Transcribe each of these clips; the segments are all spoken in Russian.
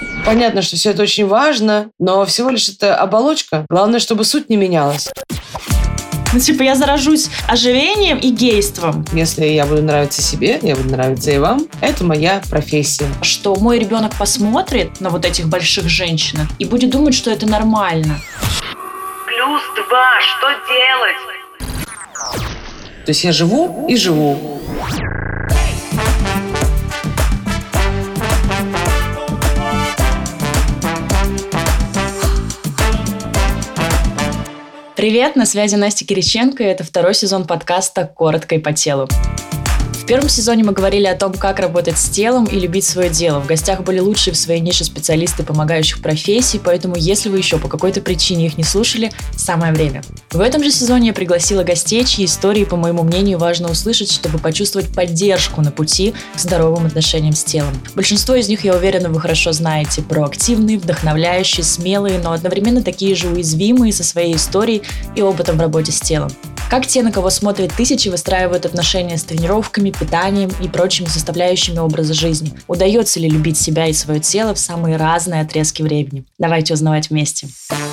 Понятно, что все это очень важно, но всего лишь это оболочка. Главное, чтобы суть не менялась. Я заражусь ожирением и гейством. Если я буду нравиться себе, я буду нравиться и вам. Это моя профессия. Что мой ребенок посмотрит на вот этих больших женщин и будет думать, что это нормально. +2, что делать? То есть я живу и живу. Привет, на связи Настя Кириченко, и это второй сезон подкаста «Коротко и по телу». В первом сезоне мы говорили о том, как работать с телом и любить свое дело. В гостях были лучшие в своей нише специалисты помогающих профессий, поэтому если вы еще по какой-то причине их не слушали, самое время. В этом же сезоне я пригласила гостей, чьи истории, по моему мнению, важно услышать, чтобы почувствовать поддержку на пути к здоровым отношениям с телом. Большинство из них, я уверена, вы хорошо знаете. Проактивные, вдохновляющие, смелые, но одновременно такие же уязвимые со своей историей и опытом в работе с телом. Как те, на кого смотрят тысячи, выстраивают отношения с тренировками, питанием и прочими составляющими образа жизни? Удается ли любить себя и свое тело в самые разные отрезки времени? Давайте узнавать вместе.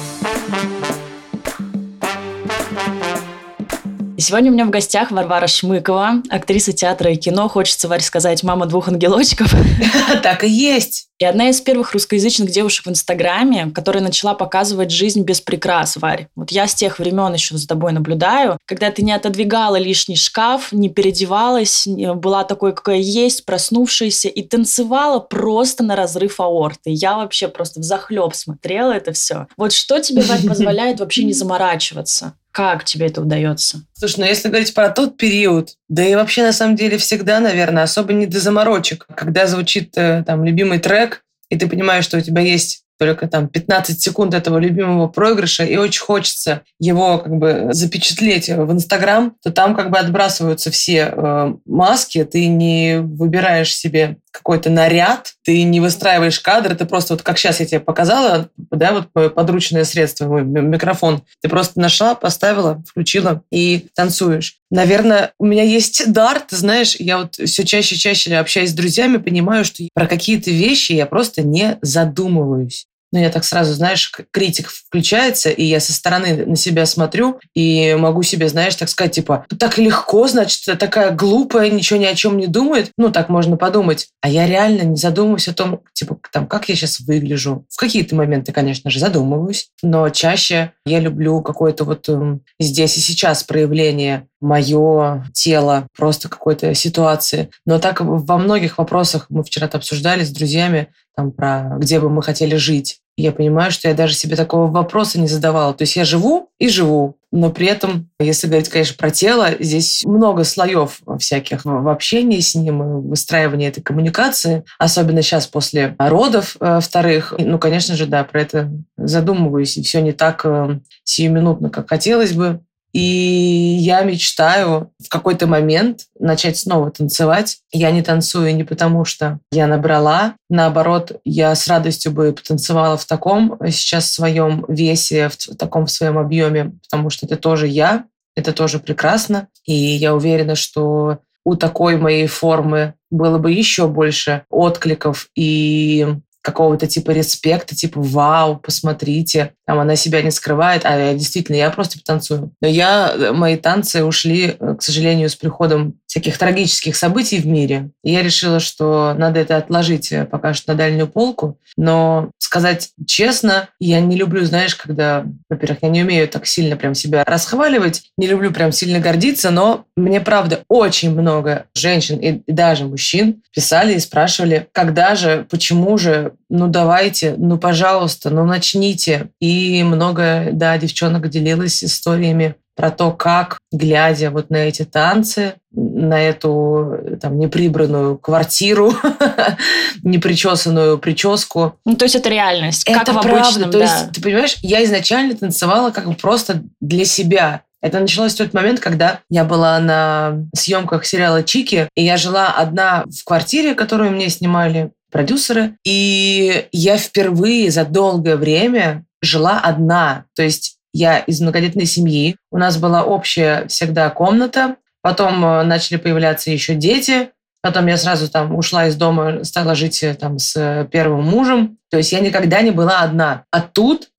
И сегодня у меня в гостях Варвара Шмыкова, актриса театра и кино. Хочется, Варь, сказать, мама двух ангелочков. Так и есть. И одна из первых русскоязычных девушек в Инстаграме, которая начала показывать жизнь без прикрас, Варь. Вот я с тех времен еще за тобой наблюдаю, когда ты не отодвигала лишний шкаф, не переодевалась, была такой, какая есть, проснувшаяся, и танцевала просто на разрыв аорты. Я вообще просто взахлеб смотрела это все. Вот что тебе, Варь, позволяет вообще не заморачиваться? Как тебе это удается? Слушай, если говорить про тот период, да и вообще на самом деле всегда, наверное, особо не до заморочек. Когда звучит там любимый трек, и ты понимаешь, что у тебя есть только там 15 секунд этого любимого проигрыша, и очень хочется его как бы запечатлеть в Инстаграм, то там как бы отбрасываются все маски, ты не выбираешь себе какой-то наряд, ты не выстраиваешь кадры, ты просто вот как сейчас я тебе показала, да, вот подручное средство, мой микрофон, ты просто нашла, поставила, включила и танцуешь. Наверное, у меня есть дар, ты знаешь, я вот все чаще и чаще общаясь с друзьями, понимаю, что про какие-то вещи я просто не задумываюсь. Ну, я так сразу, знаешь, критик включается, и я со стороны на себя смотрю, и могу себе, знаешь, так сказать, типа, так легко, значит, такая глупая, ничего ни о чем не думает. Ну, так можно подумать. А я реально не задумываюсь о том, типа, там, как я сейчас выгляжу. В какие-то моменты, конечно же, задумываюсь, но чаще я люблю какое-то вот здесь и сейчас проявление мое тело, просто какой-то ситуации. Но так во многих вопросах мы вчера-то обсуждали с друзьями, там, про где бы мы хотели жить. И я понимаю, что я даже себе такого вопроса не задавала. То есть я живу и живу, но при этом, если говорить, конечно, про тело, здесь много слоев всяких в общении с ним, в выстраивании этой коммуникации, особенно сейчас после родов вторых. Ну, конечно же, да, про это задумываюсь, и все не так сиюминутно, как хотелось бы. И я мечтаю в какой-то момент начать снова танцевать. Я не танцую не потому, что я набрала. Наоборот, я с радостью бы потанцевала в таком сейчас своем весе, в таком своем объеме, потому что это тоже я, это тоже прекрасно. И я уверена, что у такой моей формы было бы еще больше откликов и какого-то типа респекта, типа «Вау, посмотрите, там она себя не скрывает», а я действительно, я просто потанцую. Но мои танцы ушли, к сожалению, с приходом всяких трагических событий в мире. И я решила, что надо это отложить пока что на дальнюю полку. Но сказать честно, я не люблю, знаешь, когда, во-первых, я не умею так сильно прям себя расхваливать, не люблю прям сильно гордиться, но мне, правда, очень много женщин и даже мужчин писали и спрашивали, когда же, почему же, ну давайте, ну пожалуйста, ну начните. И много, да, девчонок делилась историями про то, как, глядя вот на эти танцы, на эту там неприбранную квартиру, непричесанную прическу. Ну, то есть это реальность, это как в правда. обычном, То да. есть, ты понимаешь, я изначально танцевала как бы просто для себя. Это началось в тот момент, когда я была на съемках сериала «Чики», и я жила одна в квартире, которую мне снимали продюсеры, и я впервые за долгое время жила одна. То есть я из многодетной семьи, у нас была общая всегда комната, потом начали появляться еще дети, Потом я сразу там ушла из дома, стала жить там с первым мужем. То есть я никогда не была одна. А тут...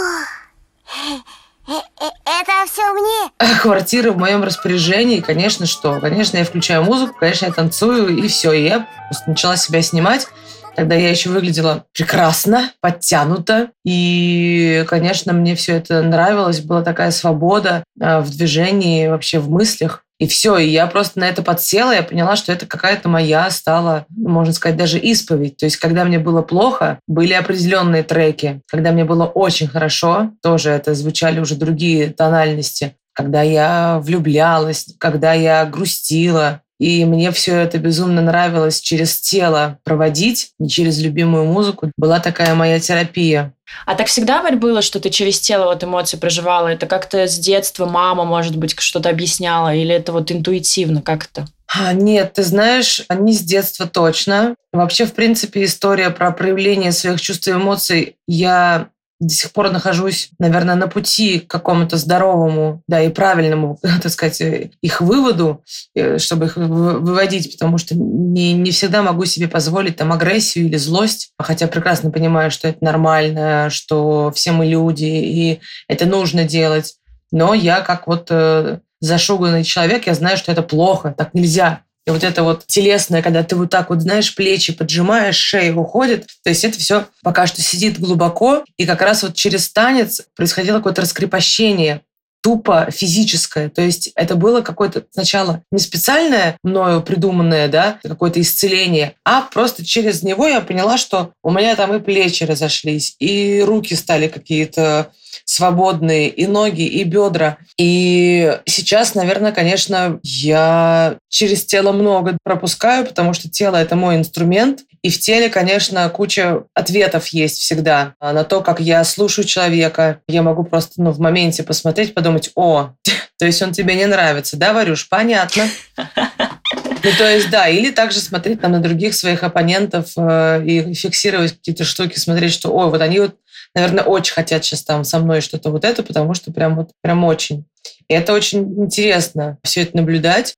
Это все мне? Квартира в моем распоряжении, конечно, что? Конечно, я включаю музыку, конечно, я танцую, и все. И я просто начала себя снимать. Тогда я еще выглядела прекрасно, подтянуто. И, конечно, мне все это нравилось. Была такая свобода в движении, вообще в мыслях. И все, и я просто на это подсела, я поняла, что это какая-то моя стала, можно сказать, даже исповедь. То есть, когда мне было плохо, были определенные треки. Когда мне было очень хорошо, тоже это звучали уже другие тональности. Когда я влюблялась, когда я грустила. И мне все это безумно нравилось через тело проводить, не через любимую музыку. Была такая моя терапия. А так всегда, Варь, было, что ты через тело вот эмоции проживала? Это как-то с детства мама, может быть, что-то объясняла? Или это вот интуитивно как-то? Нет, ты знаешь, не с детства точно. Вообще, в принципе, история про проявление своих чувств и эмоций, я до сих пор нахожусь, наверное, на пути к какому-то здоровому, да, и правильному, так сказать, их выводу, чтобы их выводить, потому что не всегда могу себе позволить там агрессию или злость, хотя прекрасно понимаю, что это нормально, что все мы люди, и это нужно делать. Но я как вот зашуганный человек, я знаю, что это плохо, так нельзя. И вот это вот телесное, когда ты вот так вот, знаешь, плечи поджимаешь, шея уходит. То есть это все пока что сидит глубоко. И как раз вот через танец происходило какое-то раскрепощение, тупо физическое. То есть это было какое-то сначала не специальное, мною придуманное, да, какое-то исцеление, а просто через него я поняла, что у меня там и плечи разошлись, и руки стали какие-то свободные, и ноги, и бедра. И сейчас, наверное, конечно, я через тело много пропускаю, потому что тело — это мой инструмент. И в теле, конечно, куча ответов есть всегда на то, как я слушаю человека. Я могу просто в моменте посмотреть, подумать: о, то есть он тебе не нравится, да, Варюш? Понятно. Ну, то есть, да, или также смотреть там на других своих оппонентов и фиксировать какие-то штуки, смотреть, что, ой, вот они вот, наверное, очень хотят сейчас там со мной что-то вот это, потому что прям очень. И это очень интересно, все это наблюдать.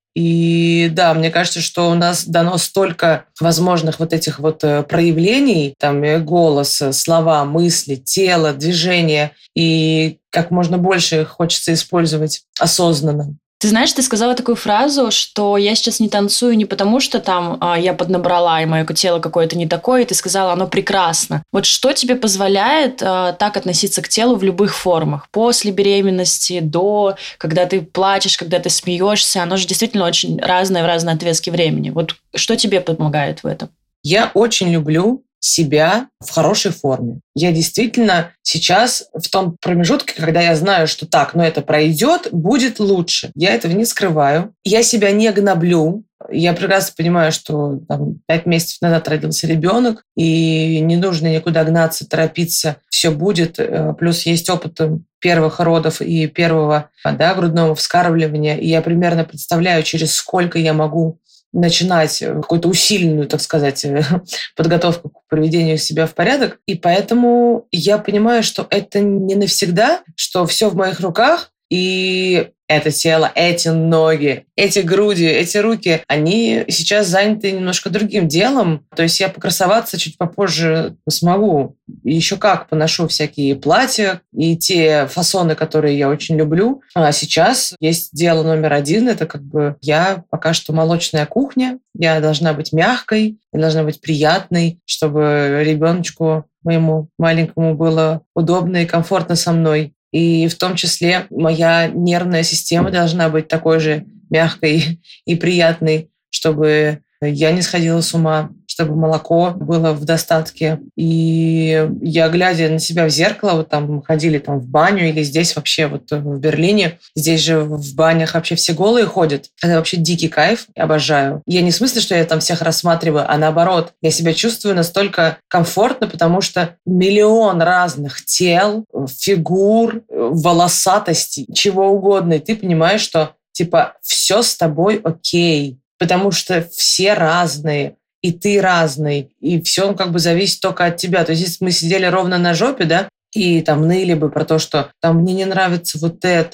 И да, мне кажется, что у нас дано столько возможных вот этих вот проявлений, там голос, слова, мысли, тело, движение, и как можно больше их хочется использовать осознанно. Ты знаешь, ты сказала такую фразу, что я сейчас не танцую не потому, что там я поднабрала, и мое тело какое-то не такое, и ты сказала, оно прекрасно. Вот что тебе позволяет так относиться к телу в любых формах? После беременности, до, когда ты плачешь, когда ты смеешься, оно же действительно очень разное в разные отрезки времени. Вот что тебе помогает в этом? Я очень люблю себя в хорошей форме. Я действительно сейчас в том промежутке, когда я знаю, что так, но это пройдет, будет лучше. Я этого не скрываю. Я себя не гноблю. Я прекрасно понимаю, что там, 5 месяцев назад родился ребенок, и не нужно никуда гнаться, торопиться. Все будет. Плюс есть опыт первых родов и первого грудного вскармливания. И я примерно представляю, через сколько я могу начинать какую-то усиленную, так сказать, подготовку к приведению себя в порядок. И поэтому я понимаю, что это не навсегда, что все в моих руках, и это тело, эти ноги, эти груди, эти руки, они сейчас заняты немножко другим делом. То есть я покрасоваться чуть попозже смогу. И еще как поношу всякие платья и те фасоны, которые я очень люблю. А сейчас есть дело номер 1. Это как бы я пока что молочная кухня. Я должна быть мягкой, я должна быть приятной, чтобы ребеночку моему маленькому было удобно и комфортно со мной. И в том числе моя нервная система должна быть такой же мягкой и приятной, чтобы я не сходила с ума, чтобы молоко было в достатке. И я, глядя на себя в зеркало, вот там мы ходили там в баню или здесь вообще вот в Берлине, здесь же в банях вообще все голые ходят. Это вообще дикий кайф, я обожаю. Я не в смысле, что я там всех рассматриваю, а наоборот, я себя чувствую настолько комфортно, потому что миллион разных тел, фигур, волосатостей, чего угодно. И ты понимаешь, что типа все с тобой окей, потому что все разные, и ты разный, и все как бы зависит только от тебя. То есть если мы сидели ровно на жопе, да, и там ныли бы про то, что там мне не нравится вот это,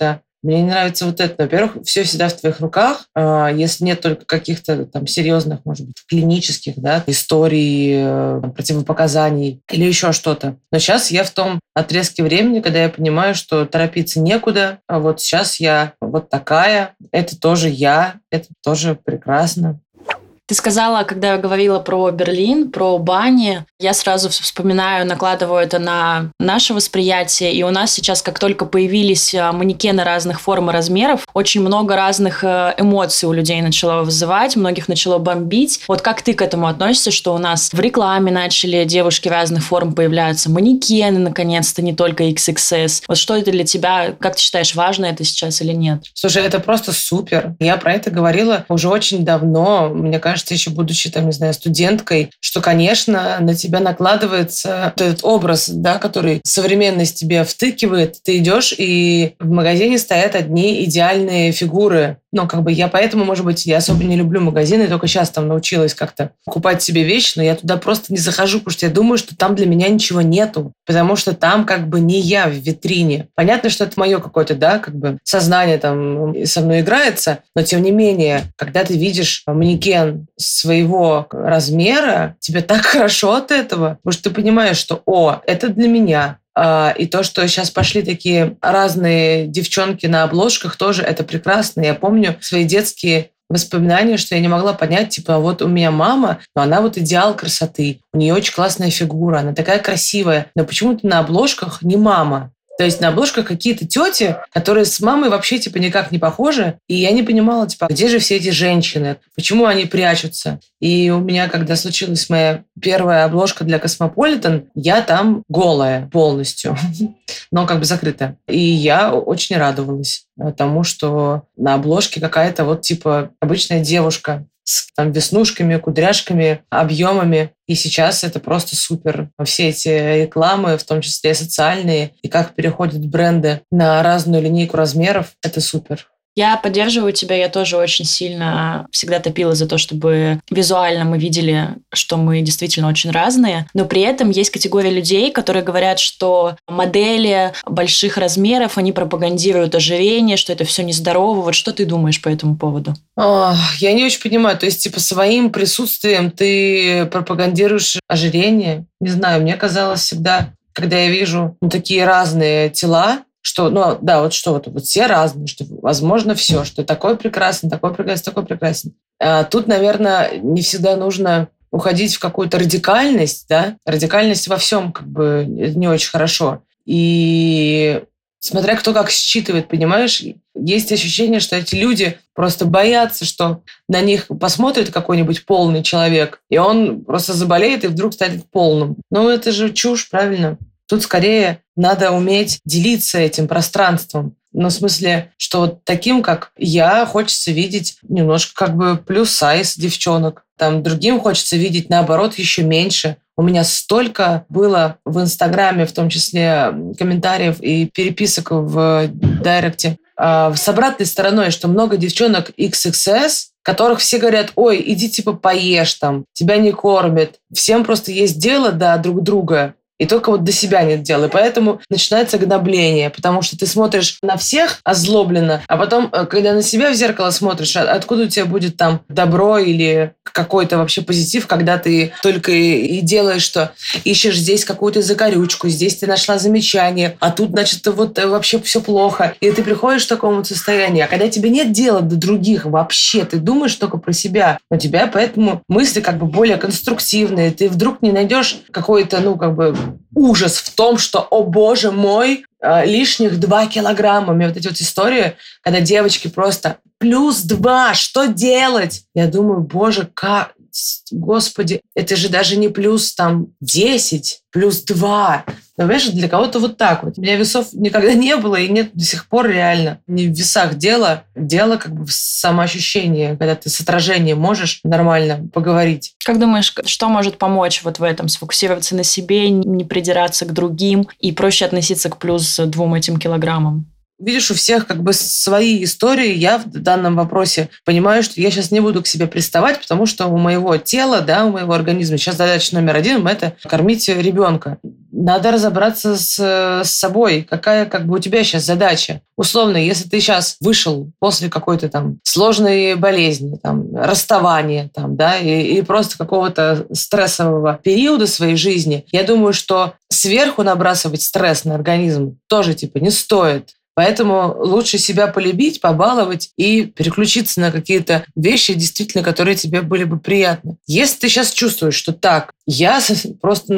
Мне не нравится вот это. Во-первых, все всегда в твоих руках. Если нет только каких-то там серьезных, может быть, клинических, да, историй, противопоказаний или еще что-то. Но сейчас я в том отрезке времени, когда я понимаю, что торопиться некуда. А вот сейчас я вот такая. Это тоже я. Это тоже прекрасно. Ты сказала, когда я говорила про Берлин, про бани, я сразу вспоминаю, накладываю это на наше восприятие. И у нас сейчас, как только появились манекены разных форм и размеров, очень много разных эмоций у людей начало вызывать, многих начало бомбить. Вот как ты к этому относишься, что у нас в рекламе начали девушки разных форм появляться, манекены, наконец-то, не только XXS. Вот что это для тебя? Как ты считаешь, важно это сейчас или нет? Слушай, это просто супер. Я про это говорила уже очень давно. Мне кажется, еще будучи, там, не знаю, студенткой, что, конечно, на тебя накладывается этот образ, да, который современность тебе втыкивает. Ты идешь, и в магазине стоят одни идеальные фигуры. Ну, как бы я поэтому, может быть, я особо не люблю магазины, только сейчас там научилась как-то покупать себе вещи, но я туда просто не захожу, потому что я думаю, что там для меня ничего нету, потому что там как бы не я в витрине. Понятно, что это мое какое-то, да, как бы сознание там со мной играется, но тем не менее, когда ты видишь манекен своего размера, тебе так хорошо от этого, потому что ты понимаешь, что, это для меня. И то, что сейчас пошли такие разные девчонки на обложках, тоже это прекрасно. Я помню свои детские воспоминания, что я не могла понять, типа, вот у меня мама, но она вот идеал красоты, у нее очень классная фигура, она такая красивая, но почему-то на обложках не мама. То есть на обложках какие-то тети, которые с мамой вообще типа никак не похожи. И я не понимала, типа, где же все эти женщины? Почему они прячутся? И у меня, когда случилась моя первая обложка для Cosmopolitan, я там голая полностью, но как бы закрытая. И я очень радовалась тому, что на обложке какая-то вот типа обычная девушка с там веснушками, кудряшками, объемами. И сейчас это просто супер. Все эти рекламы, в том числе социальные, и как переходят бренды на разную линейку размеров, это супер. Я поддерживаю тебя, я тоже очень сильно всегда топила за то, чтобы визуально мы видели, что мы действительно очень разные, но при этом есть категория людей, которые говорят, что модели больших размеров, они пропагандируют ожирение, что это все нездорово. Вот что ты думаешь по этому поводу? Я не очень понимаю, то есть типа своим присутствием ты пропагандируешь ожирение? Не знаю, мне казалось всегда, когда я вижу такие разные тела, что, вот все разные, что возможно все, что такой прекрасный, такой прекрасный, такой прекрасный. Тут, наверное, не всегда нужно уходить в какую-то радикальность, да? Радикальность во всем как бы не очень хорошо. И смотря кто как считывает, понимаешь, есть ощущение, что эти люди просто боятся, что на них посмотрит какой-нибудь полный человек, и он просто заболеет и вдруг станет полным. Ну, это же чушь, правильно? Тут скорее надо уметь делиться этим пространством. Ну, в смысле, что вот таким, как я, хочется видеть немножко как бы плюс-сайз девчонок. Там другим хочется видеть, наоборот, еще меньше. У меня столько было в Инстаграме, в том числе комментариев и переписок в Дайректе, с обратной стороной, что много девчонок XXS, которых все говорят: ой, иди типа поешь там, тебя не кормят. Всем просто есть дело до друг друга. И только вот до себя нет дела. И поэтому начинается гнобление, потому что ты смотришь на всех озлобленно, а потом, когда на себя в зеркало смотришь, откуда у тебя будет там добро или какой-то вообще позитив, когда ты только и делаешь, что ищешь здесь какую-то закорючку, здесь ты нашла замечание, а тут, значит, вот вообще все плохо. И ты приходишь к такому состоянию. А когда тебе нет дела до других вообще, ты думаешь только про себя. У тебя поэтому мысли как бы более конструктивные. Ты вдруг не найдешь какой-то, ужас в том, что, о боже мой, лишних 2 килограмма. У меня вот эти вот истории, когда девочки просто +2, что делать? Я думаю, боже, как, господи, это же даже не плюс там 10, +2. Но, понимаешь, для кого-то вот так вот. У меня весов никогда не было и нет до сих пор реально. Не в весах дело. Дело как бы в самоощущении, когда ты с отражением можешь нормально поговорить. Как думаешь, что может помочь вот в этом? Сфокусироваться на себе, не придираться к другим и проще относиться к +2 этим килограммам? Видишь, у всех как бы свои истории. Я в данном вопросе понимаю, что я сейчас не буду к себе приставать, потому что у моего тела, да, у моего организма сейчас задача номер 1 – это кормить ребенка. надо разобраться с собой. Какая у тебя сейчас задача? Условно, если ты сейчас вышел после какой-то там сложной болезни, там, расставания, там, да, и просто какого-то стрессового периода своей жизни, я думаю, что сверху набрасывать стресс на организм тоже не стоит. Поэтому лучше себя полюбить, побаловать и переключиться на какие-то вещи, действительно, которые тебе были бы приятны. Если ты сейчас чувствуешь, что так, я просто,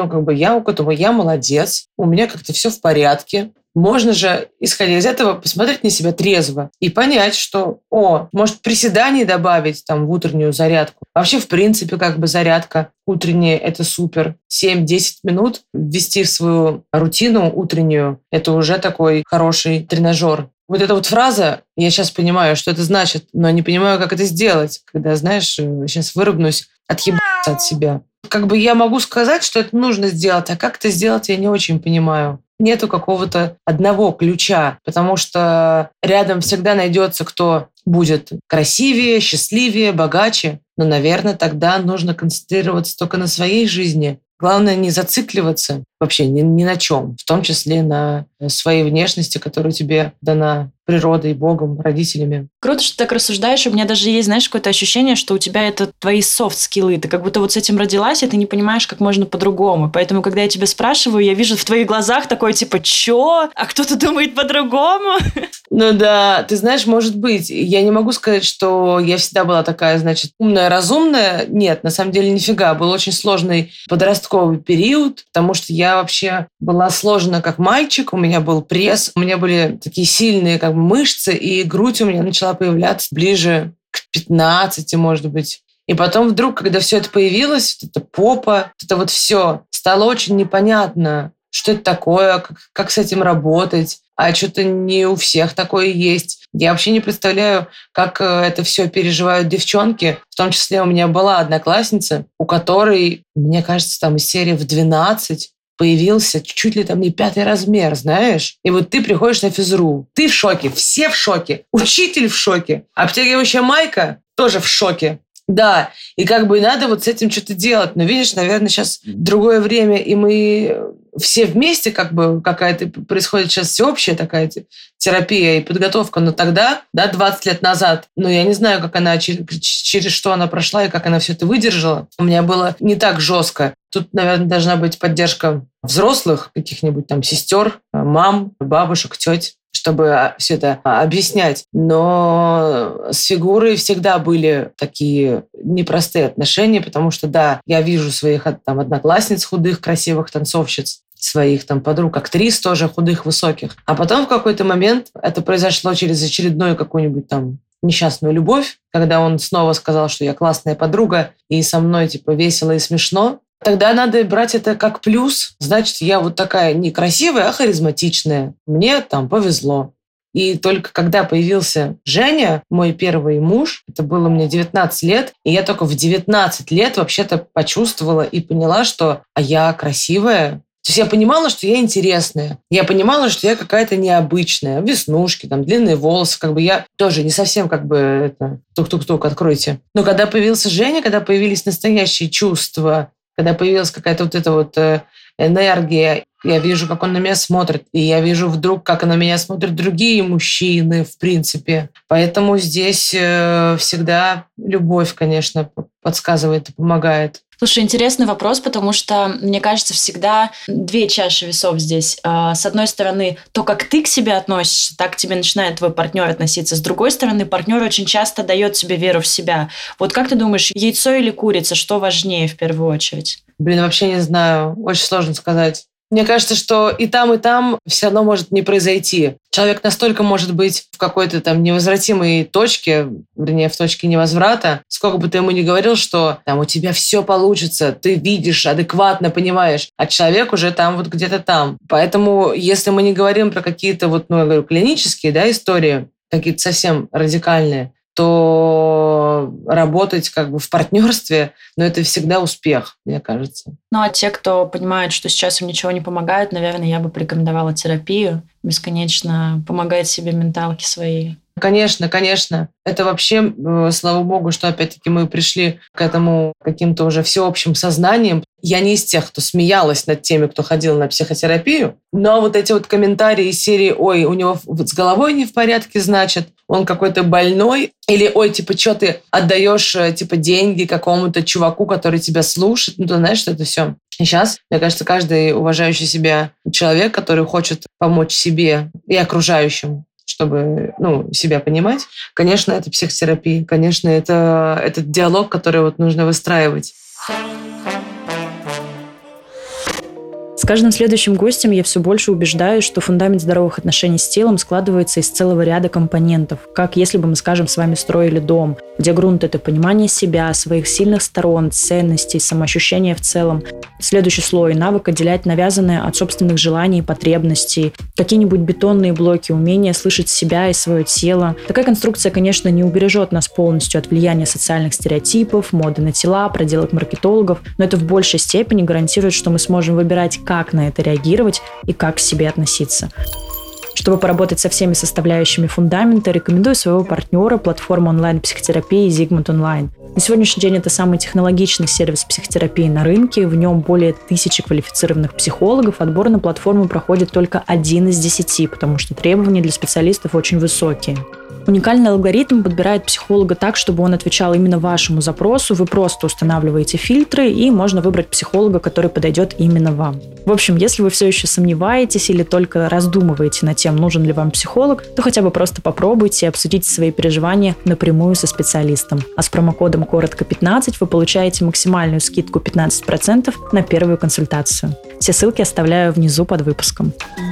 я молодец, у меня как-то все в порядке, можно же, исходя из этого, посмотреть на себя трезво и понять, что, может, приседаний добавить в утреннюю зарядку. Вообще, в принципе, зарядка утренняя – это супер. 7-10 минут ввести в свою рутину утреннюю – это уже такой хороший тренажер. Вот эта фраза, я сейчас понимаю, что это значит, но не понимаю, как это сделать, когда, сейчас вырубнусь, отъебаться от себя. Я могу сказать, что это нужно сделать, а как это сделать, я не очень понимаю. Нету какого-то одного ключа, потому что рядом всегда найдется, кто будет красивее, счастливее, богаче. Но, наверное, тогда нужно концентрироваться только на своей жизни. Главное не зацикливаться вообще ни на чем, в том числе на своей внешности, которая тебе дана природой, Богом, родителями. Круто, что ты так рассуждаешь. У меня даже есть, какое-то ощущение, что у тебя это твои софт-скиллы. Ты как будто с этим родилась, и ты не понимаешь, как можно по-другому. Поэтому, когда я тебя спрашиваю, я вижу в твоих глазах такое чё? А кто-то думает по-другому? Ну да, ты знаешь, может быть. Я не могу сказать, что я всегда была такая, умная, разумная. Нет, на самом деле нифига. Был очень сложный подростковый период, потому что я вообще была сложена как мальчик, у меня был пресс, у меня были такие сильные мышцы, и грудь у меня начала появляться ближе к 15, может быть. И потом вдруг, когда все это появилось, эта попа, это все, стало очень непонятно, что это такое, как с этим работать. А что-то не у всех такое есть. Я вообще не представляю, как это все переживают девчонки. В том числе у меня была одноклассница, у которой, мне кажется, из серии в 12 появился чуть ли не 5 размер, знаешь? И ты приходишь на физру, ты в шоке, все в шоке, учитель в шоке, обтягивающая майка тоже в шоке. Да, и надо с этим что-то делать. Но видишь, наверное, сейчас другое время, и мы все вместе какая-то происходит сейчас всеобщая такая терапия и подготовка. Но тогда, 20 лет назад, я не знаю, как она, через что она прошла и как она все это выдержала. У меня было не так жестко. Тут, наверное, должна быть поддержка взрослых, каких-нибудь сестер, мам, бабушек, теть, чтобы все это объяснять. Но с фигурой всегда были такие непростые отношения, потому что, да, я вижу своих одноклассниц худых, красивых танцовщиц, своих подруг, актрис тоже худых, высоких. А потом в какой-то момент это произошло через очередную какую-нибудь несчастную любовь, когда он снова сказал, что я классная подруга, и со мной весело и смешно. Тогда надо брать это как плюс. Значит, я такая не красивая, а харизматичная. Мне повезло. И только когда появился Женя, мой первый муж, это было мне 19 лет, и я только в 19 лет вообще-то почувствовала и поняла, что я красивая. То есть я понимала, что я интересная. Я понимала, что я какая-то необычная. Веснушки, длинные волосы. Я тоже не совсем тук-тук-тук, откройте. Но когда появился Женя, когда появились настоящие чувства, когда появилась какая-то энергия, я вижу, как он на меня смотрит, и я вижу вдруг, как на меня смотрят другие мужчины, в принципе. Поэтому здесь всегда любовь, конечно, подсказывает и помогает. Слушай, интересный вопрос, потому что, мне кажется, всегда две чаши весов здесь. С одной стороны, то, как ты к себе относишься, так к тебе начинает твой партнер относиться. С другой стороны, партнер очень часто дает тебе веру в себя. Вот как ты думаешь, яйцо или курица, что важнее в первую очередь? Вообще не знаю. Очень сложно сказать. Мне кажется, что и там все равно может не произойти. Человек настолько может быть в какой-то невозвратимой точке, вернее, в точке невозврата, сколько бы ты ему ни говорил, что у тебя все получится, ты видишь, адекватно понимаешь, а человек уже где-то там. Поэтому, если мы не говорим про какие-то клинические, истории, какие-то совсем радикальные, то работать как бы в партнерстве, но это всегда успех, мне кажется. Ну, а те, кто понимает, что сейчас им ничего не помогает, наверное, я бы порекомендовала терапию. Бесконечно помогать себе менталке своей. Конечно, конечно. Это вообще, слава богу, что опять-таки мы пришли к этому каким-то уже всеобщим сознанием. Я не из тех, кто смеялась над теми, кто ходил на психотерапию, но вот эти вот комментарии из серии «Ой, у него с головой не в порядке, значит, он какой-то больной», или «Ой, типа, что ты отдаешь, типа, деньги какому-то чуваку, который тебя слушает», ну, ты знаешь, что это все. И сейчас, мне кажется, каждый уважающий себя человек, который хочет помочь себе и окружающим, чтобы себя понимать, конечно, это психотерапия, конечно, это этот диалог, который вот нужно выстраивать. С каждым следующим гостем я все больше убеждаюсь, что фундамент здоровых отношений с телом складывается из целого ряда компонентов, как если бы мы, скажем, с вами строили дом, где грунт – это понимание себя, своих сильных сторон, ценностей, самоощущения в целом. Следующий слой – навык отделять навязанное от собственных желаний и потребностей, какие-нибудь бетонные блоки, умение слышать себя и свое тело. Такая конструкция, конечно, не убережет нас полностью от влияния социальных стереотипов, моды на тела, проделок маркетологов, но это в большей степени гарантирует, что мы сможем выбирать, как на это реагировать и как к себе относиться. Чтобы поработать со всеми составляющими фундамента, рекомендую своего партнера, платформу онлайн-психотерапии Zigmund Online. На сегодняшний день это самый технологичный сервис психотерапии на рынке, в нем более 1000 квалифицированных психологов, отбор на платформу проходит только 1 из 10, потому что требования для специалистов очень высокие. Уникальный алгоритм подбирает психолога так, чтобы он отвечал именно вашему запросу. Вы просто устанавливаете фильтры, и можно выбрать психолога, который подойдет именно вам. В общем, если вы все еще сомневаетесь или только раздумываете над тем, нужен ли вам психолог, то хотя бы просто попробуйте и обсудите свои переживания напрямую со специалистом. А с промокодом «Коротко15» вы получаете максимальную скидку 15% на первую консультацию. Все ссылки оставляю внизу под выпуском.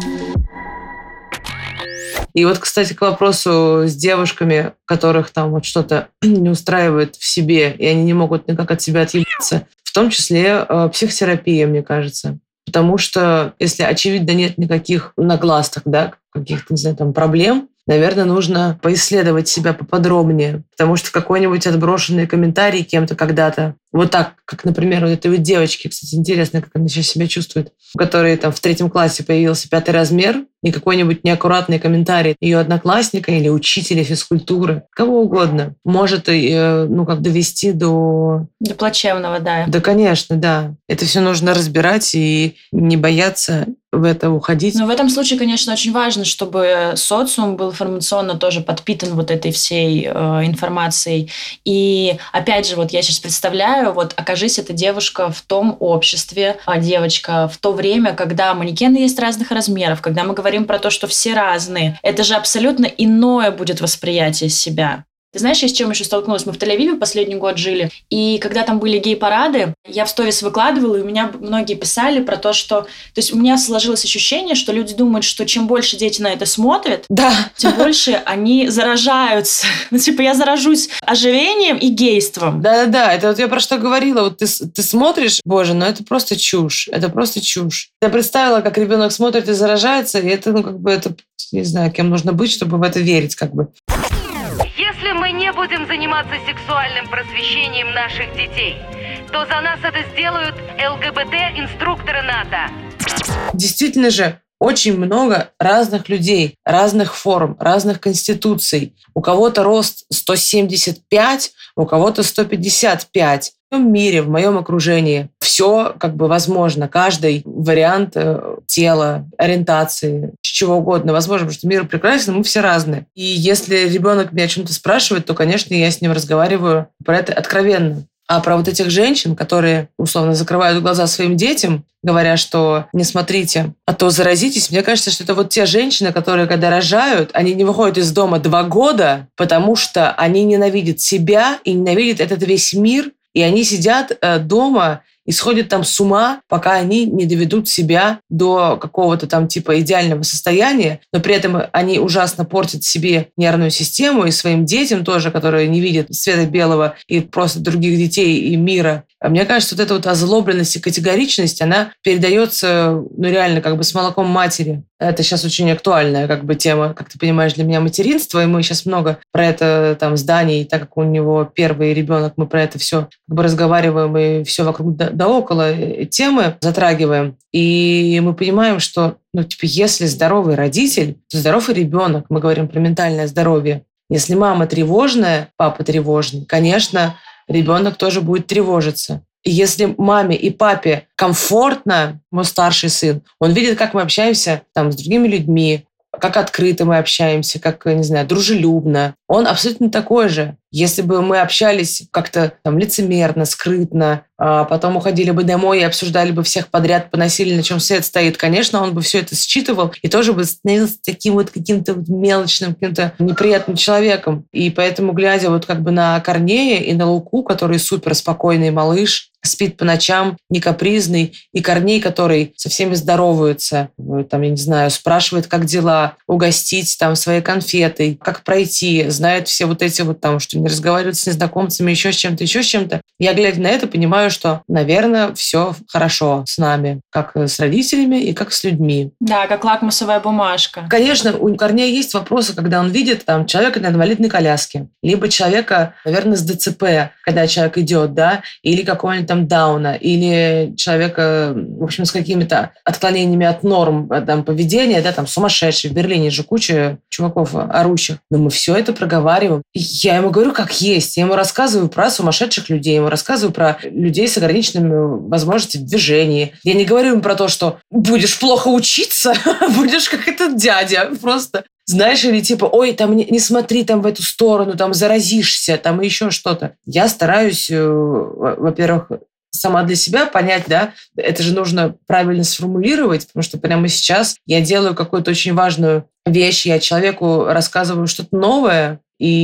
И вот, кстати, к вопросу с девушками, которых там вот что-то не устраивает в себе, и они не могут никак от себя отъебаться, в том числе психотерапия, мне кажется. Потому что если, очевидно, нет никаких на глазах, да, каких-то, не знаю, там, проблем, наверное, нужно поисследовать себя поподробнее. Потому что какой-нибудь отброшенный комментарий кем-то когда-то, вот так, как, например, вот этой вот девочке, кстати, интересно, как она сейчас себя чувствует, у которой там в 3 классе появился 5 размер, и какой-нибудь неаккуратный комментарий ее одноклассника или учителя физкультуры, кого угодно, может довести до... До плачевного, да. Да, конечно, да. Это все нужно разбирать и не бояться в это уходить. Но в этом случае, конечно, очень важно, чтобы социум был информационно тоже подпитан вот этой всей информацией. И опять же, вот я сейчас представляю, вот окажись эта девушка в том обществе, девочка в то время, когда манекены есть разных размеров, когда мы говорим про то, что все разные, это же абсолютно иное будет восприятие себя. Ты знаешь, я с чем еще столкнулась? Мы в Тель-Авиве последний год жили, и когда там были гей-парады, я в сторис выкладывала, и у меня многие писали про то, что... То есть у меня сложилось ощущение, что люди думают, что чем больше дети на это смотрят, тем больше они заражаются. Я заражусь ожирением и гейством. Да-да-да, это вот я про что говорила. Вот ты смотришь, боже, это просто чушь. Это просто чушь. Я представила, как ребенок смотрит и заражается, и это, не знаю, кем нужно быть, чтобы в это верить, Если мы не будем заниматься сексуальным просвещением наших детей, то за нас это сделают ЛГБТ-инструкторы НАТО. Действительно же, очень много разных людей, разных форм, разных конституций. У кого-то рост 175, у кого-то 155. В моем мире, в моем окружении все возможно. Каждый вариант тела, ориентации, чего угодно возможно, потому что мир прекрасен, мы все разные. И если ребенок меня о чем-то спрашивает, то, конечно, я с ним разговариваю про это откровенно. А про вот этих женщин, которые, условно, закрывают глаза своим детям, говоря, что не смотрите, а то заразитесь, мне кажется, что это вот те женщины, которые, когда рожают, они не выходят из дома 2 года, потому что они ненавидят себя и ненавидят этот весь мир, и они сидят дома и сходят там с ума, пока они не доведут себя до какого-то там типа идеального состояния, но при этом они ужасно портят себе нервную систему и своим детям тоже, которые не видят света белого и просто других детей и мира. А мне кажется, вот эта вот озлобленность и категоричность, она передается, реально с молоком матери. Это сейчас очень актуальная как бы тема, как ты понимаешь, для меня материнство, и мы сейчас много про это там с Даней, так как у него первый ребенок, мы про это все как бы разговариваем и все вокруг да около темы затрагиваем. И мы понимаем, что если здоровый родитель, то здоровый ребенок, мы говорим про ментальное здоровье. Если мама тревожная, папа тревожный, конечно, ребенок тоже будет тревожиться. И если маме и папе комфортно, мой старший сын, он видит, как мы общаемся там с другими людьми, как открыто мы общаемся, как, не знаю, дружелюбно. Он абсолютно такой же. Если бы мы общались как-то там лицемерно, скрытно, а потом уходили бы домой и обсуждали бы всех подряд, поносили, на чем свет стоит, конечно, он бы все это считывал и тоже бы становился таким вот каким-то вот мелочным, каким-то неприятным человеком. И поэтому, глядя вот как бы на Корнея и на Луку, который супер спокойный малыш, спит по ночам, не капризный, и Корней, который со всеми здоровается, там, я не знаю, спрашивает, как дела, угостить там своей конфетой, как пройти, знает все вот эти вот там, что не разговаривать с незнакомцами, еще с чем-то. Я, глядя на это, понимаю, что, наверное, все хорошо с нами, как с родителями и как с людьми. Да, как лакмусовая бумажка. Конечно, у Корнея есть вопросы, когда он видит там человека на инвалидной коляске, либо человека, наверное, с ДЦП, когда человек идет, да, или какого-нибудь там Дауна, или человека, в общем, с какими-то отклонениями от норм там, поведения, да, там сумасшедший. В Берлине же куча чуваков орущих. Но мы все это проговариваем. И я ему говорю, как есть. Я ему рассказываю про сумасшедших людей, я ему рассказываю про людей с ограниченными возможностями в движении. Я не говорю ему про то, что будешь плохо учиться, будешь как этот дядя. Просто знаешь, или типа, ой, там не смотри там в эту сторону, там заразишься, там еще что-то. Я стараюсь, во-первых, сама для себя понять, да, это же нужно правильно сформулировать, потому что прямо сейчас я делаю какую-то очень важную вещь, я человеку рассказываю что-то новое,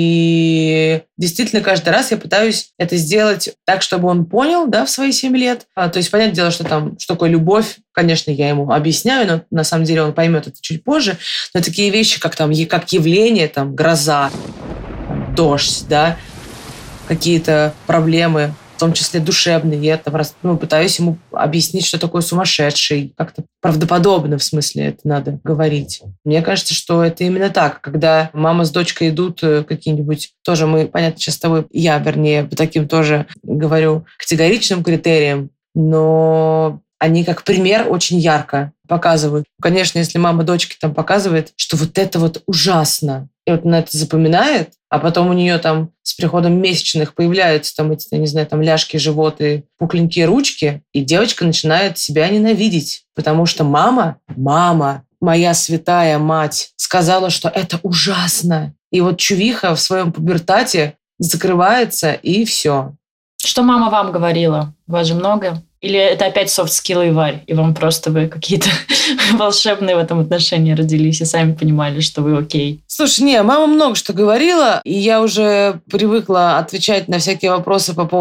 и действительно каждый раз я пытаюсь это сделать так, чтобы он понял, да, в свои 7 лет. То есть, понятное дело, что там, что такое любовь, конечно, я ему объясняю, но на самом деле он поймет это чуть позже. Но такие вещи, как там, как явление, там, гроза, там, дождь, да, какие-то проблемы, в том числе душевные. Я там пытаюсь ему объяснить, что такое сумасшедший. Как-то правдоподобно, в смысле, это надо говорить. Мне кажется, что это именно так. Когда мама с дочкой идут какие-нибудь... Тоже мы, понятно, сейчас с тобой, я, вернее, по таким тоже говорю категоричным критериям, но они как пример очень ярко показывают. Конечно, если мама дочке там показывает, что вот это вот ужасно, и вот она это запоминает, а потом у нее там с приходом месячных появляются там эти, я не знаю, там ляжки, животы, пухленькие ручки, и девочка начинает себя ненавидеть, потому что мама, моя святая мать, сказала, что это ужасно. И вот чувиха в своем пубертате закрывается, и все. Что мама вам говорила? Вас же много? Или это опять софт-скиллы, Варь, и вам просто вы какие-то волшебные в этом отношении родились и сами понимали, что вы окей? Слушай, не, мама много что говорила, и я уже привыкла отвечать на всякие вопросы по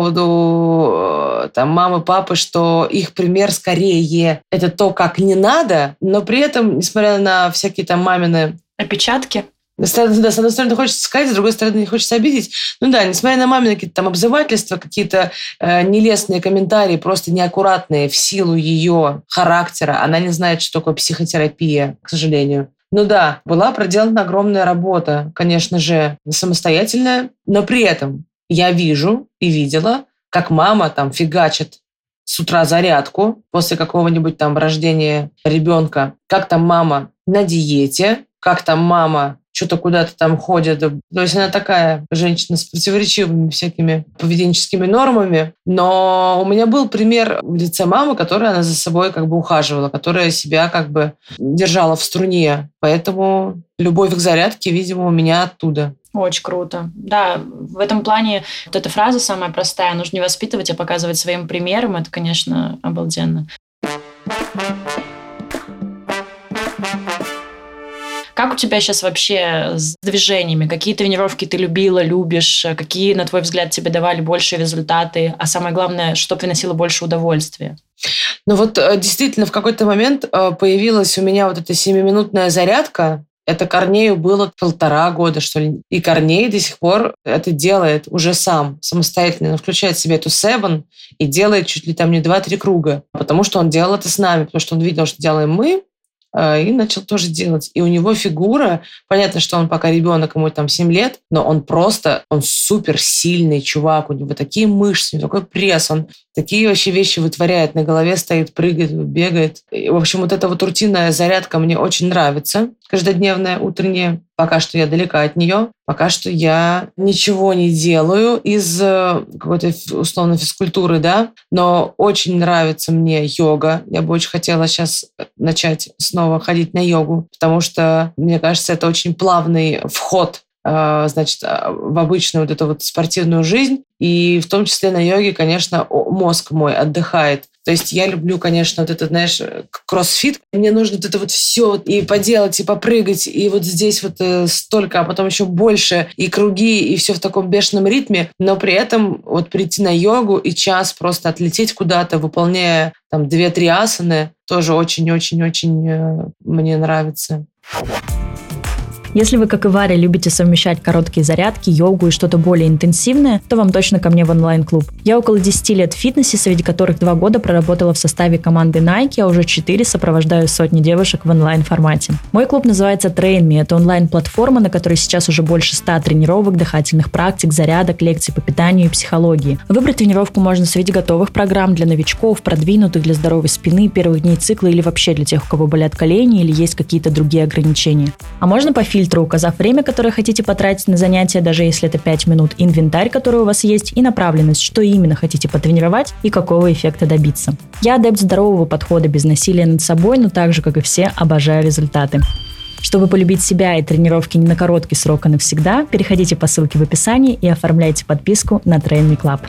поводу там, мамы, папы, что их пример скорее это то, как не надо, но при этом, несмотря на всякие там мамины... Опечатки? Да, с одной стороны, хочется сказать, с другой стороны, не хочется обидеть. Ну да, несмотря на мамины какие-то там обзывательства, какие-то нелестные комментарии, просто неаккуратные в силу ее характера, она не знает, что такое психотерапия, к сожалению. Ну да, была проделана огромная работа, конечно же, самостоятельная, но при этом я вижу и видела, как мама там фигачит с утра зарядку после какого-нибудь там рождения ребенка, как там мама на диете, как там мама что-то куда-то там ходит. То есть она такая женщина с противоречивыми всякими поведенческими нормами. Но у меня был пример в лице мамы, которая она за собой как бы ухаживала, которая себя как бы держала в струне. Поэтому любовь к зарядке, видимо, у меня оттуда. Очень круто. Да, в этом плане вот эта фраза самая простая. Нужно не воспитывать, а показывать своим примером. Это, конечно, обалденно. Как у тебя сейчас вообще с движениями? Какие тренировки ты любила, любишь? Какие, на твой взгляд, тебе давали большие результаты? А самое главное, что приносило больше удовольствия? Ну вот действительно в какой-то момент появилась у меня вот эта 7-минутная зарядка. Это Корнею было 1,5 года, что ли. И Корней до сих пор это делает уже сам, самостоятельно. Он включает в себя эту 7 и делает чуть ли там не 2-3 круга. Потому что он делал это с нами, потому что он видел, что делаем мы. и начал тоже делать. И у него фигура, понятно, что он пока ребенок, ему там 7 лет, но он супер сильный чувак, у него такие мышцы, у него такой пресс, он такие вообще вещи вытворяет, на голове стоит, прыгает, бегает. И, в общем, вот эта вот рутинная зарядка мне очень нравится, каждодневная, утренняя. Пока что я далека от нее. Пока что я ничего не делаю из какой-то условно физкультуры, да, но очень нравится мне йога. Я бы очень хотела сейчас начать снова ходить на йогу, потому что, мне кажется, это очень плавный вход в обычную вот эту вот спортивную жизнь. И в том числе на йоге, конечно, мозг мой отдыхает. То есть я люблю, конечно, вот это, знаешь, кроссфит. Мне нужно вот это вот все и поделать, и попрыгать, и вот здесь вот столько, а потом еще больше, и круги, и все в таком бешеном ритме. Но при этом вот прийти на йогу и час просто отлететь куда-то, выполняя там 2-3 асаны, тоже очень-очень-очень мне нравится. Если вы, как и Варя, любите совмещать короткие зарядки, йогу и что-то более интенсивное, то вам точно ко мне в онлайн-клуб. Я около 10 лет в фитнесе, среди которых 2 года проработала в составе команды Nike, а уже 4 сопровождаю сотни девушек в онлайн-формате. Мой клуб называется Train Me. Это онлайн-платформа, на которой сейчас уже больше 100 тренировок, дыхательных практик, зарядок, лекций по питанию и психологии. Выбрать тренировку можно среди готовых программ для новичков, продвинутых для здоровой спины, первых дней цикла или вообще для тех, у кого болят колени или есть какие-то другие ограничения. А можно по фильтру, указав время, которое хотите потратить на занятия, даже если это 5 минут, инвентарь, который у вас есть, и направленность, что именно хотите потренировать и какого эффекта добиться. Я адепт здорового подхода без насилия над собой, но так же, как и все, обожаю результаты. Чтобы полюбить себя и тренировки не на короткий срок, а навсегда, переходите по ссылке в описании и оформляйте подписку на Train Me Club.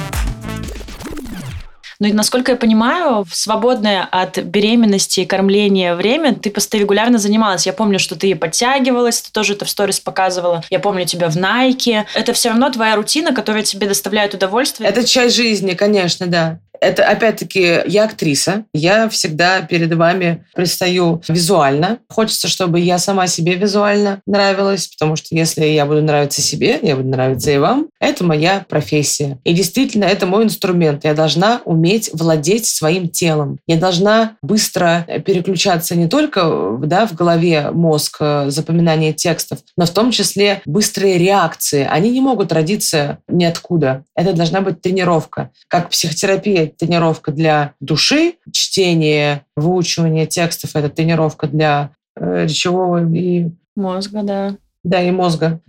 Ну и, насколько я понимаю, в свободное от беременности и кормления время ты просто регулярно занималась. Я помню, что ты подтягивалась, ты тоже это в сторис показывала. Я помню тебя в Nike. Это все равно твоя рутина, которая тебе доставляет удовольствие. Это часть жизни, конечно, да. Это, опять-таки, я актриса. Я всегда перед вами предстаю визуально. Хочется, чтобы я сама себе визуально нравилась, потому что если я буду нравиться себе, я буду нравиться и вам. Это моя профессия. И действительно, это мой инструмент. Я должна уметь владеть своим телом. Я должна быстро переключаться не только в голове мозг, запоминание текстов, но в том числе быстрые реакции. Они не могут родиться ниоткуда. Это должна быть тренировка. Как психотерапия, тренировка для души, чтение, выучивание текстов, это тренировка для речевого и мозга, да. Да, и мозга,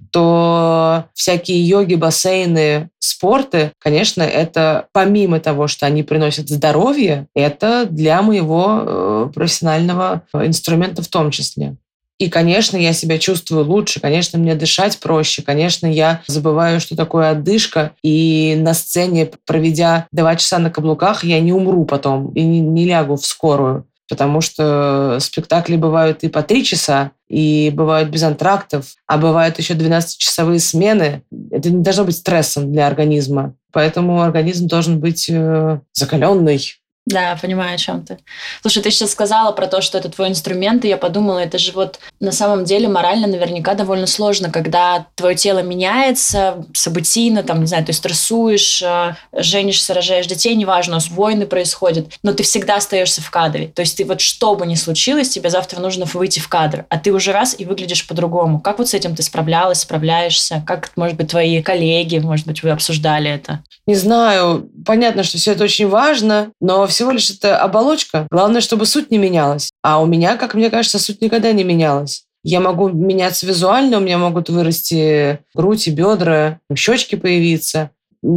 то всякие йоги, бассейны, спорты, конечно, это помимо того, что они приносят здоровье, это для моего профессионального инструмента в том числе. И, конечно, я себя чувствую лучше, конечно, мне дышать проще, конечно, я забываю, что такое отдышка, и на сцене, проведя 2 часа на каблуках, я не умру потом и не лягу в скорую, потому что спектакли бывают и по 3 часа, и бывают без антрактов, а бывают еще 12-часовые смены. Это не должно быть стрессом для организма, поэтому организм должен быть закаленный. Да, понимаю, о чем ты. Слушай, ты сейчас сказала про то, что это твой инструмент, и я подумала, это же вот на самом деле морально наверняка довольно сложно, когда твое тело меняется событийно, там, не знаю, ты стрессуешь, женишься, рожаешь детей, неважно, у нас войны происходят, но ты всегда остаешься в кадре. То есть ты вот что бы ни случилось, тебе завтра нужно выйти в кадр, а ты уже раз и выглядишь по-другому. Как вот с этим ты справлялась, справляешься? Как, может быть, твои коллеги, может быть, вы обсуждали это? Не знаю. Понятно, что все это очень важно, но всего лишь это оболочка. Главное, чтобы суть не менялась. А у меня, как мне кажется, суть никогда не менялась. Я могу меняться визуально, у меня могут вырасти грудь и бедра, щечки появиться,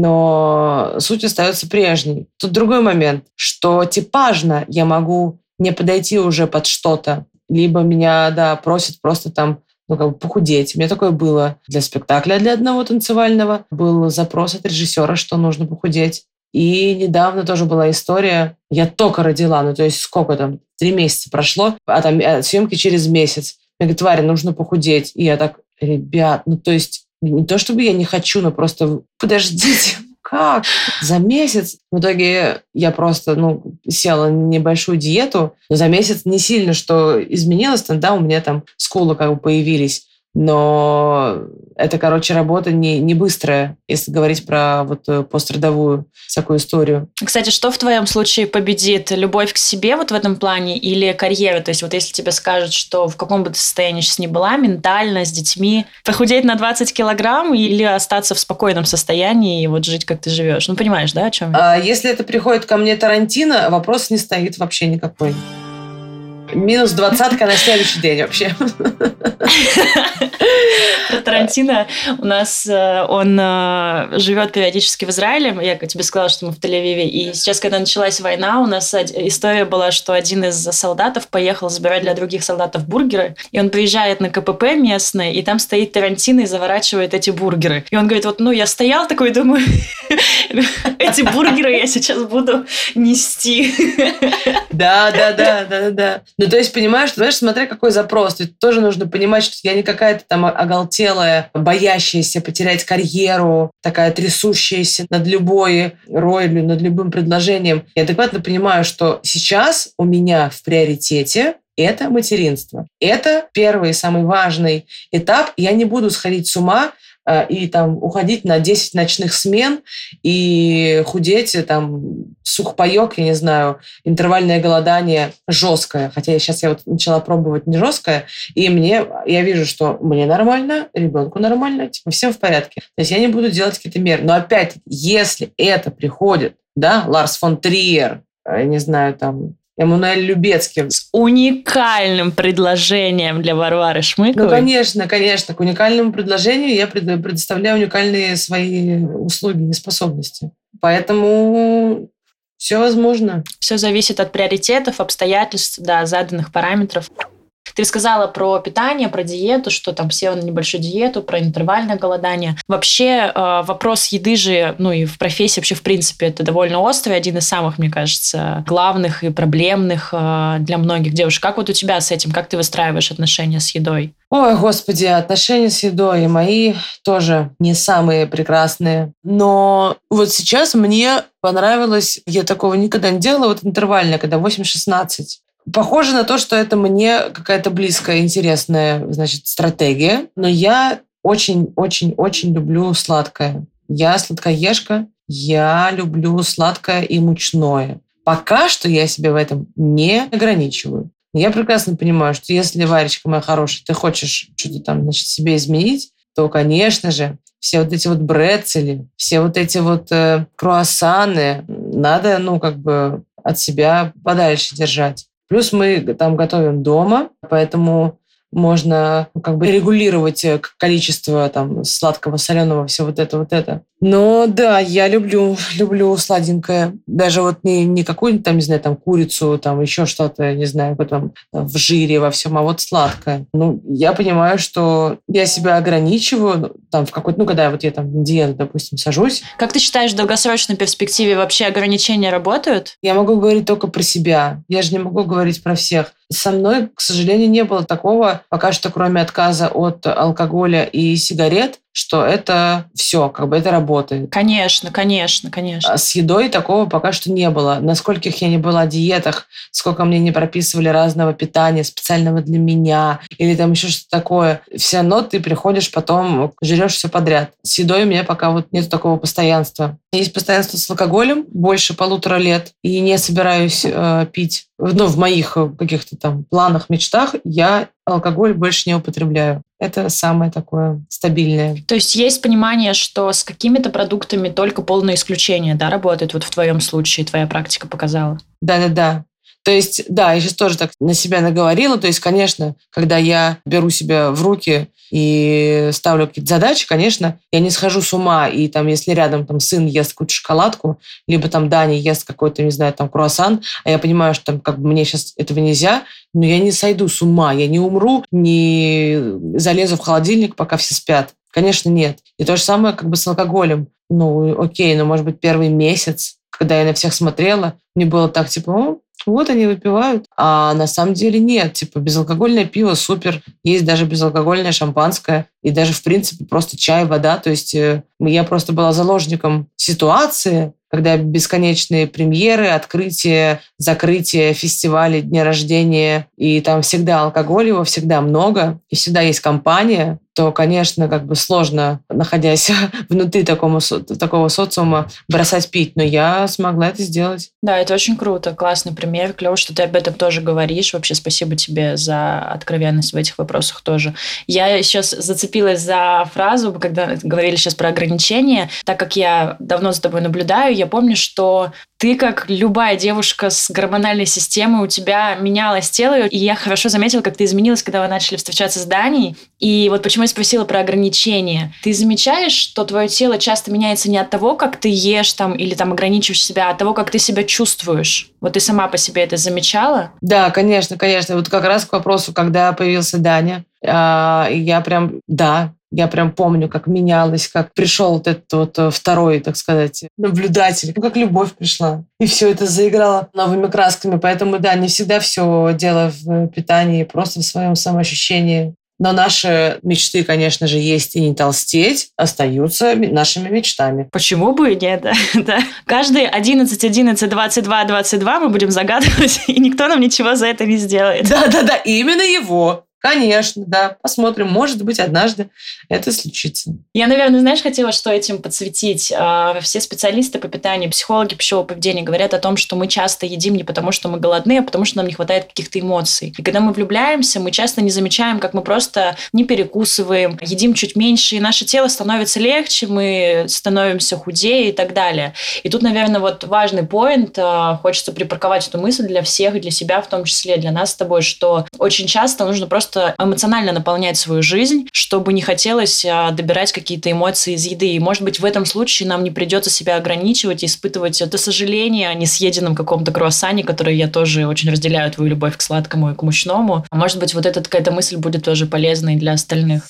но суть остается прежней. Тут другой момент, что типажно я могу не подойти уже под что-то, либо меня, просят просто там похудеть. У меня такое было для спектакля, для одного танцевального. Был запрос от режиссера, что нужно похудеть. И недавно тоже была история. Я только родила, то есть сколько там, 3 месяца прошло, а там съемки через месяц. Мне говорят, Варя, нужно похудеть. И я так, ребят, то есть не то чтобы я не хочу, но просто подождите, как? За месяц? В итоге я просто, села на небольшую диету, но за месяц не сильно что изменилось, у меня там скулы появились. Но это, работа не быстрая, если говорить про пострадовую всякую историю. Кстати, что в твоем случае победит? Любовь к себе в этом плане или карьера? То есть если тебе скажут, что в каком бы ты состоянии сейчас ни была, ментально, с детьми, похудеть на 20 килограмм или остаться в спокойном состоянии и жить, как ты живешь? Понимаешь, да, о чем я? Если это приходит ко мне Тарантино, вопрос не стоит вообще никакой. Минус 20 на следующий день вообще. Про Тарантино у нас он живет периодически в Израиле. Я тебе сказала, что мы в Тель-Авиве. И сейчас, когда началась война, у нас история была, что один из солдатов поехал забирать для других солдатов бургеры. И он приезжает на КПП местное, и там стоит Тарантино и заворачивает эти бургеры. И он говорит, я стоял такой, думаю, эти бургеры я сейчас буду нести. Да. То есть, понимаешь, смотря какой запрос. Тут тоже нужно понимать, что я не какая-то там оголтелая, боящаяся потерять карьеру, такая трясущаяся над любой ролью, над любым предложением. Я адекватно понимаю, что сейчас у меня в приоритете это материнство. Это первый, самый важный этап. Я не буду сходить с ума и уходить на 10 ночных смен и худеть, сухпайок, я не знаю, интервальное голодание жесткое. Хотя сейчас я начала пробовать не жесткое, и я вижу, что мне нормально, ребенку нормально, всем в порядке. То есть я не буду делать какие-то меры. Но опять, если это приходит, Ларс фон Триер, я не знаю, Эммануэль Любецкий. С уникальным предложением для Варвары Шмыковой. Конечно. К уникальному предложению я предоставляю уникальные свои услуги и способности. Поэтому все возможно. Все зависит от приоритетов, обстоятельств, заданных параметров. Ты сказала про питание, про диету, что села на небольшую диету, про интервальное голодание. Вообще вопрос еды же, и в профессии вообще в принципе это довольно острый, один из самых, мне кажется, главных и проблемных для многих девушек. Как у тебя с этим? Как ты выстраиваешь отношения с едой? Ой, господи, отношения с едой мои тоже не самые прекрасные. Но сейчас мне понравилось, я такого никогда не делала, интервальное, когда 8-16. Похоже на то, что это мне какая-то близкая, интересная, стратегия. Но я очень-очень-очень люблю сладкое. Я сладкоежка, я люблю сладкое и мучное. Пока что я себя в этом не ограничиваю. Я прекрасно понимаю, что если, Варечка моя хорошая, ты хочешь что-то себе изменить, то, конечно же, все эти брецели, все эти круассаны надо, от себя подальше держать. Плюс мы готовим дома, поэтому можно регулировать количество сладкого, соленого, все это. Но да, я люблю сладенькое. Даже не какую-нибудь не знаю, курицу, еще что-то, не знаю, потом в жире во всем, а сладкое. Я понимаю, что я себя ограничиваю в какой-то, когда я на диету, допустим, сажусь. Как ты считаешь, в долгосрочной перспективе вообще ограничения работают? Я могу говорить только про себя. Я же не могу говорить про всех. Со мной, к сожалению, не было такого, пока что, кроме отказа от алкоголя и сигарет, что это все, это работает. Конечно. А с едой такого пока что не было. На скольких я не была диетах, сколько мне не прописывали разного питания, специального для меня, или еще что-то такое. Все равно ты приходишь потом, жрешь все подряд. С едой у меня пока нет такого постоянства. Есть постоянство с алкоголем больше 1,5 лет, и не собираюсь пить. В моих каких-то планах, мечтах я алкоголь больше не употребляю. Это самое такое стабильное. То есть есть понимание, что с какими-то продуктами только полное исключение, работает в твоем случае, твоя практика показала? Да. То есть, я сейчас тоже так на себя наговорила. То есть, конечно, когда я беру себя в руки и ставлю какие-то задачи, конечно, я не схожу с ума. И если рядом сын ест какую-то шоколадку, либо Даня ест какой-то, не знаю, круассан, а я понимаю, что мне сейчас этого нельзя, но я не сойду с ума, я не умру, не залезу в холодильник, пока все спят. Конечно, нет. И то же самое с алкоголем. Окей, может быть, первый месяц, когда я на всех смотрела, мне было так, они выпивают. А на самом деле нет. Безалкогольное пиво супер. Есть даже безалкогольное шампанское. И даже, в принципе, просто чай, вода. То есть я просто была заложником ситуации, когда бесконечные премьеры, открытия, закрытия, фестивали, дни рождения, и там всегда алкоголь, его всегда много, и всегда есть компания, то, конечно, как бы сложно, находясь внутри такого социума, бросать пить. Но я смогла это сделать. Да, это очень круто, классный пример. Клево, что ты об этом тоже говоришь. Вообще спасибо тебе за откровенность в этих вопросах тоже. Я сейчас зацепилась за фразу, когда говорили сейчас про ограничения. Так как я давно за тобой наблюдаю, я помню, что ты, как любая девушка с гормональной системой, у тебя менялось тело, и я хорошо заметила, как ты изменилась, когда вы начали встречаться с Даней. И вот почему я спросила про ограничения. Ты замечаешь, что твое тело часто меняется не от того, как ты ешь там, или там ограничиваешь себя, а от того, как ты себя чувствуешь? Вот ты сама по себе это замечала? Да, конечно. Вот как раз к вопросу, когда появился Даня, я прям помню, как менялась, как пришел вот этот вот второй, так сказать, наблюдатель, как любовь пришла. И все это заиграло новыми красками. Поэтому, да, не всегда все дело в питании, просто в своем самоощущении. Но наши мечты, конечно же, есть и не толстеть, остаются нашими мечтами. Почему бы и нет, да? Каждый 11, 11, 22, 22 мы будем загадывать, и никто нам ничего за это не сделает. Да, именно его. Конечно, да. Посмотрим. Может быть, однажды это случится. Я, наверное, знаешь, хотела что этим подсветить. Все специалисты по питанию, психологи пищевого поведения говорят о том, что мы часто едим не потому, что мы голодны, а потому, что нам не хватает каких-то эмоций. И когда мы влюбляемся, мы часто не замечаем, как мы просто не перекусываем, едим чуть меньше, и наше тело становится легче, мы становимся худее и так далее. И тут, наверное, вот важный поинт. Хочется припарковать эту мысль для всех и для себя, в том числе для нас с тобой, что очень часто нужно просто эмоционально наполнять свою жизнь, чтобы не хотелось добирать какие-то эмоции из еды. И, может быть, в этом случае нам не придется себя ограничивать и испытывать это сожаление о несъеденном каком-то круассане, который я тоже очень разделяю твою любовь к сладкому и к мучному. А может быть, вот какая-то мысль будет тоже полезной для остальных.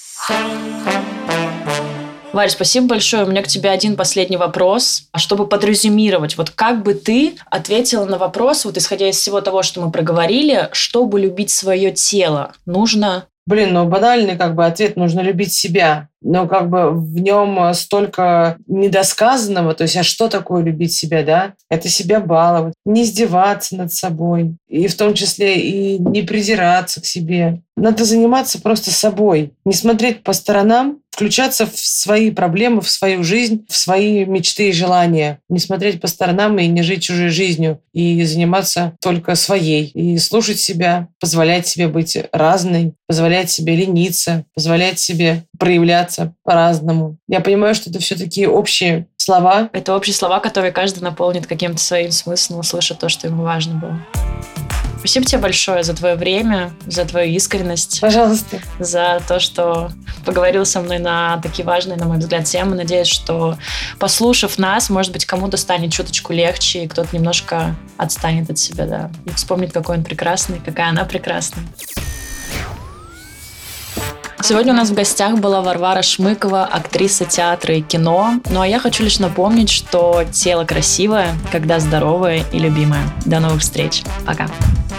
Варь, спасибо большое. У меня к тебе один последний вопрос. Чтобы подрезюмировать, вот как бы ты ответила на вопрос, вот исходя из всего того, что мы проговорили, чтобы любить свое тело, нужно... Банальный ответ: нужно любить себя. Но в нем столько недосказанного. То есть, а что такое любить себя, да? Это себя баловать, не издеваться над собой. И в том числе и не придираться к себе. Надо заниматься просто собой. Не смотреть по сторонам, включаться в свои проблемы, в свою жизнь, в свои мечты и желания. Не смотреть по сторонам и не жить чужой жизнью. И заниматься только своей. И слушать себя, позволять себе быть разной, позволять себе лениться, позволять себе проявляться по-разному. Я понимаю, что это все такие общие слова. Это общие слова, которые каждый наполнит каким-то своим смыслом, услышит то, что ему важно было. Спасибо тебе большое за твое время, за твою искренность. Пожалуйста. За то, что поговорил со мной на такие важные, на мой взгляд, темы. Надеюсь, что, послушав нас, может быть, кому-то станет чуточку легче, и кто-то немножко отстанет от себя, да, и вспомнит, какой он прекрасный, какая она прекрасная. Сегодня у нас в гостях была Варвара Шмыкова, актриса театра и кино. Ну а я хочу лишь напомнить, что тело красивое, когда здоровое и любимое. До новых встреч. Пока.